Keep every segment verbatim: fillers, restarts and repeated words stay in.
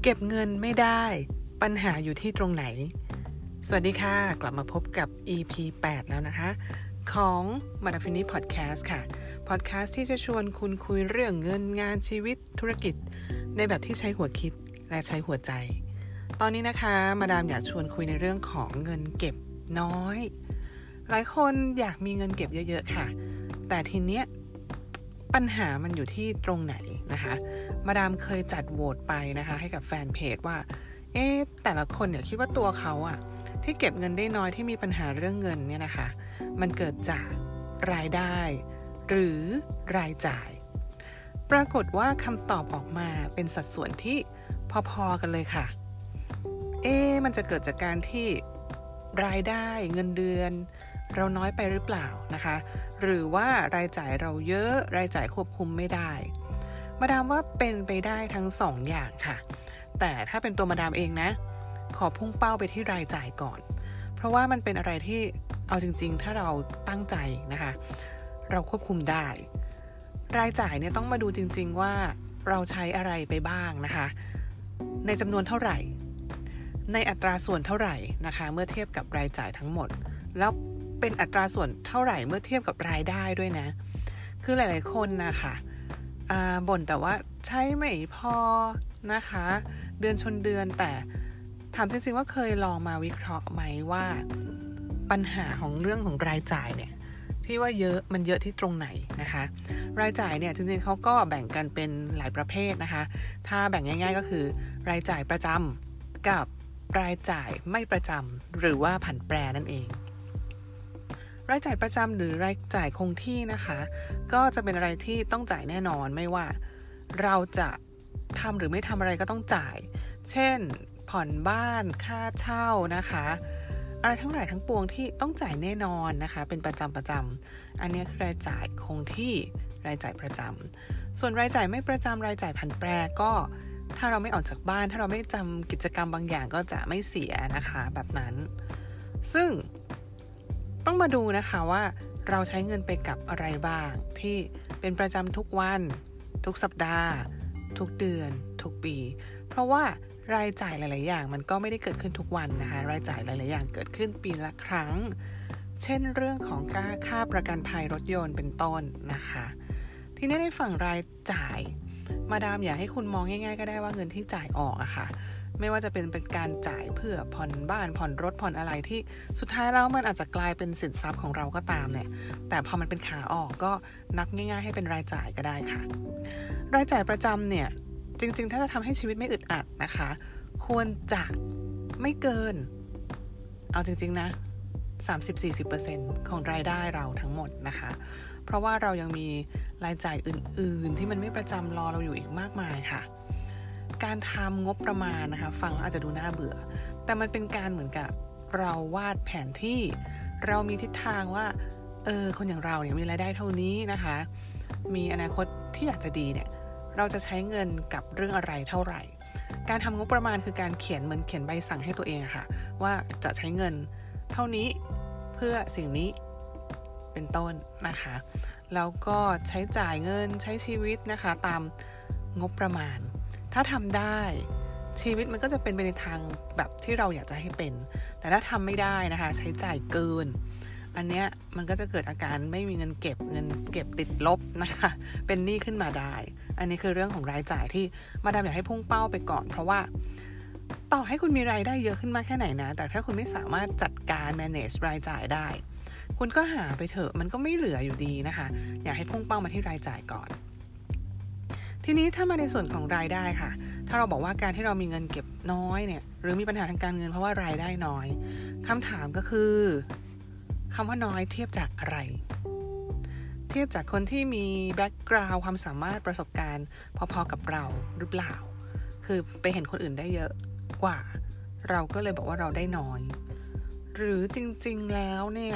เก็บเงินไม่ได้ปัญหาอยู่ที่ตรงไหนสวัสดีค่ะกลับมาพบกับ อี พี แปดแล้วนะคะของมาดามฟินนี่พอดแคสต์ค่ะพอดแคสต์ที่จะชวนคุณคุยเรื่องเงินงานชีวิตธุรกิจในแบบที่ใช้หัวคิดและใช้หัวใจตอนนี้นะคะมาดามอยากชวนคุยในเรื่องของเงินเก็บน้อยหลายคนอยากมีเงินเก็บเยอะๆค่ะแต่ทีเนี้ยปัญหามันอยู่ที่ตรงไหนนะคะมาดามเคยจัดโหวตไปนะคะให้กับแฟนเพจว่าเอ๊ะแต่ละคนเนี่ยคิดว่าตัวเขาอะที่เก็บเงินได้น้อยที่มีปัญหาเรื่องเงินเนี่ยนะคะมันเกิดจากรายได้หรือรายจ่ายปรากฏว่าคำตอบออกมาเป็นสัดส่วนที่พอๆกันเลยค่ะเอ๊ะมันจะเกิดจากการที่รายได้เงินเดือนเราน้อยไปหรือเปล่านะคะหรือว่ารายจ่ายเราเยอะรายจ่ายควบคุมไม่ได้มาดามว่าเป็นไปได้ทั้งสองอย่างค่ะแต่ถ้าเป็นตัวมาดามเองนะขอพุ่งเป้าไปที่รายจ่ายก่อนเพราะว่ามันเป็นอะไรที่เอาจริงๆถ้าเราตั้งใจนะคะเราควบคุมได้รายจ่ายเนี่ยต้องมาดูจริงๆว่าเราใช้อะไรไปบ้างนะคะในจำนวนเท่าไหร่ในอัตราส่วนเท่าไหร่นะคะเมื่อเทียบกับรายจ่ายทั้งหมดแล้วเป็นอัตราส่วนเท่าไหร่เมื่อเทียบกับรายได้ด้วยนะคือหลายๆคนนะคะบ่นแต่ว่าใช้ไม่พอนะคะเดือนชนเดือนแต่ถามจริงๆว่าเคยลองมาวิเคราะห์ไหมว่าปัญหาของเรื่องของรายจ่ายเนี่ยที่ว่าเยอะมันเยอะที่ตรงไหนนะคะรายจ่ายเนี่ยจริงๆเขาก็แบ่งกันเป็นหลายประเภทนะคะถ้าแบ่งง่ายๆก็คือรายจ่ายประจำกับรายจ่ายไม่ประจำหรือว่าผันแปรนั่นเองรายจ่ายประจำหรือรายจ่ายคงที่นะคะก็จะเป็นอะไรที่ต้องจ่ายแน่นอนไม่ว่าเราจะทำหรือไม่ทำอะไรก็ต้องจ่ายเช่นผ่อนบ้านค่าเช่านะคะอะไรทั้งหลายทั้งปวงที่ต้องจ่ายแน่นอนนะคะเป็นประจำประจำอันนี้คือรายจ่ายคงที่รายจ่ายประจำส่วนรายจ่ายไม่ประจำรายจ่ายผันแปรก็ถ้าเราไม่ออกจากบ้านถ้าเราไม่จำกิจกรรมบางอย่างก็จะไม่เสียนะคะแบบนั้นซึ่งต้องมาดูนะคะว่าเราใช้เงินไปกับอะไรบ้างที่เป็นประจำทุกวันทุกสัปดาห์ทุกเดือนทุกปีเพราะว่ารายจ่ายหลายๆอย่างมันก็ไม่ได้เกิดขึ้นทุกวันนะคะรายจ่ายหลายๆอย่างเกิดขึ้นปีละครั้งเช่นเรื่องของค่าค่าประกันภัยรถยนต์เป็นต้นนะคะทีนี้ในฝั่งรายจ่ายมาดามอยากให้คุณมองง่ายๆก็ได้ว่าเงินที่จ่ายออกอะค่ะไม่ว่าจะเป็นเป็นการจ่ายเพื่อผ่อนบ้านผ่อนรถผ่อนอะไรที่สุดท้ายแล้วมันอาจจะกลายเป็นสินทรัพย์ของเราก็ตามเนี่ยแต่พอมันเป็นขาออกก็นับง่ายๆให้เป็นรายจ่ายก็ได้ค่ะรายจ่ายประจำเนี่ยจริงๆถ้าจะทำให้ชีวิตไม่อึดอัดนะคะควรจะไม่เกินเอาจริงๆนะ สามสิบถึงสี่สิบเปอร์เซ็นต์ ของรายได้เราทั้งหมดนะคะเพราะว่าเรายังมีรายจ่ายอื่นๆที่มันไม่ประจำรอเราอยู่อีกมากมายค่ะการทำงบประมาณนะคะฟังแล้วอาจจะดูน่าเบื่อแต่มันเป็นการเหมือนกับเราวาดแผนที่เรามีทิศทางว่าเออคนอย่างเราเนี่ยมีรายได้เท่านี้นะคะมีอนาคตที่อยากจะดีเนี่ยเราจะใช้เงินกับเรื่องอะไรเท่าไหร่การทำงบประมาณคือการเขียนเหมือนเขียนใบสั่งให้ตัวเองอะค่ะว่าจะใช้เงินเท่านี้เพื่อสิ่งนี้เป็นต้นนะคะแล้วก็ใช้จ่ายเงินใช้ชีวิตนะคะตามงบประมาณถ้าทำได้ชีวิตมันก็จะเป็นไปในทางแบบที่เราอยากจะให้เป็นแต่ถ้าทำไม่ได้นะคะใช้จ่ายเกินอันเนี้ยมันก็จะเกิดอาการไม่มีเงินเก็บเงินเก็บติดลบนะคะเป็นหนี้ขึ้นมาได้อันนี้คือเรื่องของรายจ่ายที่มาดามอยากให้พุ่งเป้าไปก่อนเพราะว่าต่อให้คุณมีรายได้เยอะขึ้นมากแค่ไหนนะแต่ถ้าคุณไม่สามารถจัดการ manage รายจ่ายได้คุณก็หาไปเถอะมันก็ไม่เหลืออยู่ดีนะคะอยากให้พุ่งเป้ามาที่รายจ่ายก่อนทีนี้ถ้ามาในส่วนของรายได้ค่ะถ้าเราบอกว่าการที่เรามีเงินเก็บน้อยเนี่ยหรือมีปัญหาทางการเงินเพราะว่ารายได้น้อยคำถามก็คือคำว่าน้อยเทียบจากอะไรเทียบจากคนที่มีแบ็กกราวด์ความสามารถประสบการณ์พอๆกับเราหรือเปล่าคือไปเห็นคนอื่นได้เยอะกว่าเราก็เลยบอกว่าเราได้น้อยหรือจริงๆแล้วเนี่ย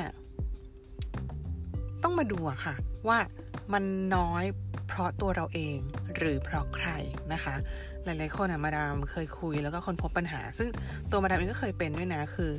ต้องมาดูอะค่ะว่ามันน้อยเพราะตัวเราเองหรือเพราะใครนะคะหลายๆคนอะมาดามเคยคุยแล้วก็ค้นพบปัญหาซึ่งตัวมาดามเองก็เคยเป็นด้วยนะคือ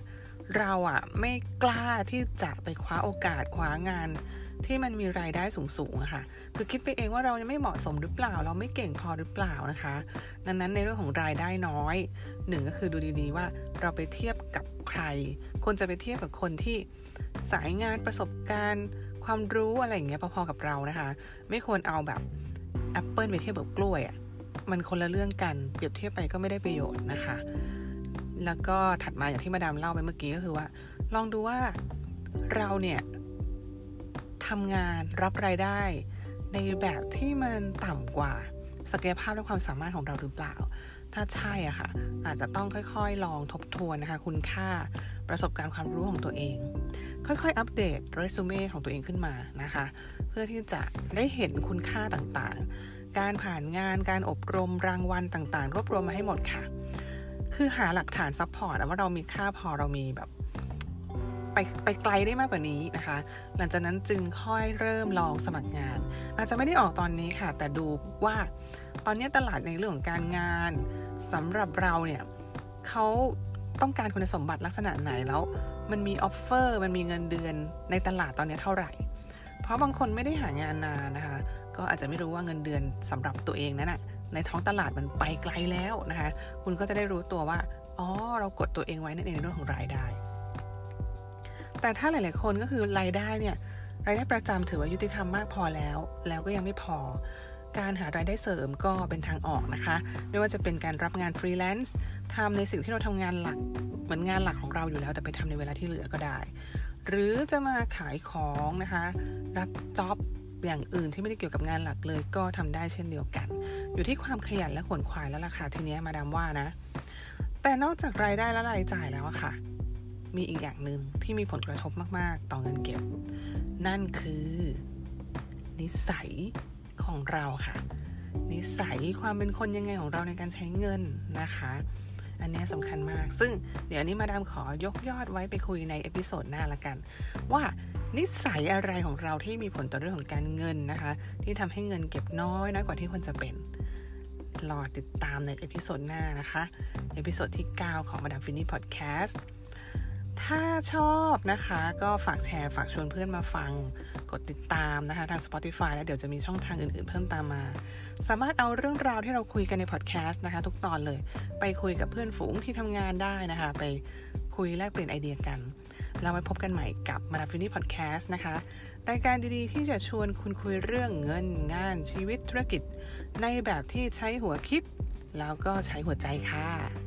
เราอ่ะไม่กล้าที่จะไปคว้าโอกาสคว้างานที่มันมีรายได้สูงๆอะค่ะคือคิดไปเองว่าเรายังไม่เหมาะสมหรือเปล่าเราไม่เก่งพอหรือเปล่านะคะดังนั้นในเรื่องของรายได้น้อยหนึ่งก็คือดูดีๆว่าเราไปเทียบกับใครคนจะไปเทียบกับคนที่สายงานประสบการณ์ความรู้อะไรอย่างเงี้ยพอๆกับเรานะคะไม่ควรเอาแบบแอปเปิลไปเทียบกับกล้วยอะมันคนละเรื่องกันเปรียบเทียบไปก็ไม่ได้ประโยชน์นะคะแล้วก็ถัดมาอย่างที่มาดามเล่าไปเมื่อกี้ก็คือว่าลองดูว่าเราเนี่ยทำงานรับรายได้ในแบบที่มันต่ำกว่าศักยภาพและความสามารถของเราหรือเปล่าถ้าใช่อะค่ะอาจจะต้องค่อยๆลองทบทวนนะคะคุณค่าประสบการณ์ความรู้ของตัวเองค่อยๆอัปเดตเรซูเม่ของตัวเองขึ้นมานะคะเพื่อที่จะได้เห็นคุณค่าต่างๆการผ่านงานการอบรมรางวัลต่างๆรวบรวมมาให้หมดค่ะคือหาหลักฐานซัพพอร์ตว่าเรามีค่าพอเรามีแบบไปไปไกลได้มากกว่านี้นะคะหลังจากนั้นจึงค่อยเริ่มลองสมัครงานอาจจะไม่ได้ออกตอนนี้ค่ะแต่ดูว่าตอนนี้ตลาดในเรื่องของการงานสำหรับเราเนี่ยเขาต้องการคุณสมบัติลักษณะไหนแล้วมันมีออฟเฟอร์มันมีเงินเดือนในตลาดตอนนี้เท่าไหร่เพราะบางคนไม่ได้หางานนานนะคะก็อาจจะไม่รู้ว่าเงินเดือนสำหรับตัวเองนั้นน่ะในท้องตลาดมันไปไกลแล้วนะคะคุณก็จะได้รู้ตัวว่าอ๋อเรากดตัวเองไว้ในเรื่องของรายได้แต่ถ้าหลายๆคนก็คือรายได้เนี่ยรายได้ประจำถือว่ายุติธรรมมากพอแล้วแล้วก็ยังไม่พอการหารายได้เสริมก็เป็นทางออกนะคะไม่ว่าจะเป็นการรับงานฟรีแลนซ์ทำในสิ่งที่เราทำงานหลักเหมือนงานหลักของเราอยู่แล้วแต่ไปทำในเวลาที่เหลือก็ได้หรือจะมาขายของนะคะรับจ็อบอย่างอื่นที่ไม่ได้เกี่ยวกับงานหลักเลยก็ทำได้เช่นเดียวกันอยู่ที่ความขยันและขวนขวายแล้วล่ะค่ะทีนี้มาดามว่านะแต่นอกจากรายได้และรายจ่ายแล้วอะค่ะมีอีกอย่างหนึ่งที่มีผลกระทบมากๆต่อเงินเก็บนั่นคือนิสัยของเราค่ะนิสัยความเป็นคนยังไงของเราในการใช้เงินนะคะอันนี้สำคัญมากซึ่งเดี๋ยวนี้มาดามขอยกยอดไว้ไปคุยในเอพิโซดหน้าละกันว่านิสัยอะไรของเราที่มีผลต่อเรื่องของการเงินนะคะที่ทำให้เงินเก็บน้อยน้อยกว่าที่ควรจะเป็นรอติดตามในเอพิโซดหน้านะคะเอพิโซดที่เก้าของมาดามฟินนี่พอดแคสต์ถ้าชอบนะคะก็ฝากแชร์ฝากชวนเพื่อนมาฟังกดติดตามนะคะทาง Spotify แล้วเดี๋ยวจะมีช่องทางอื่นๆเพิ่มตามมาสามารถเอาเรื่องราวที่เราคุยกันในพอดแคสต์นะคะทุกตอนเลยไปคุยกับเพื่อนฝูงที่ทำงานได้นะคะไปคุยแลกเปลี่ยนไอเดียกันเราไว้พบกันใหม่กับมาดามฟินนี่พอดแคสต์นะคะรายการดีๆที่จะชวนคุณคุยเรื่องเงินงานชีวิตธุรกิจในแบบที่ใช้หัวคิดแล้วก็ใช้หัวใจค่ะ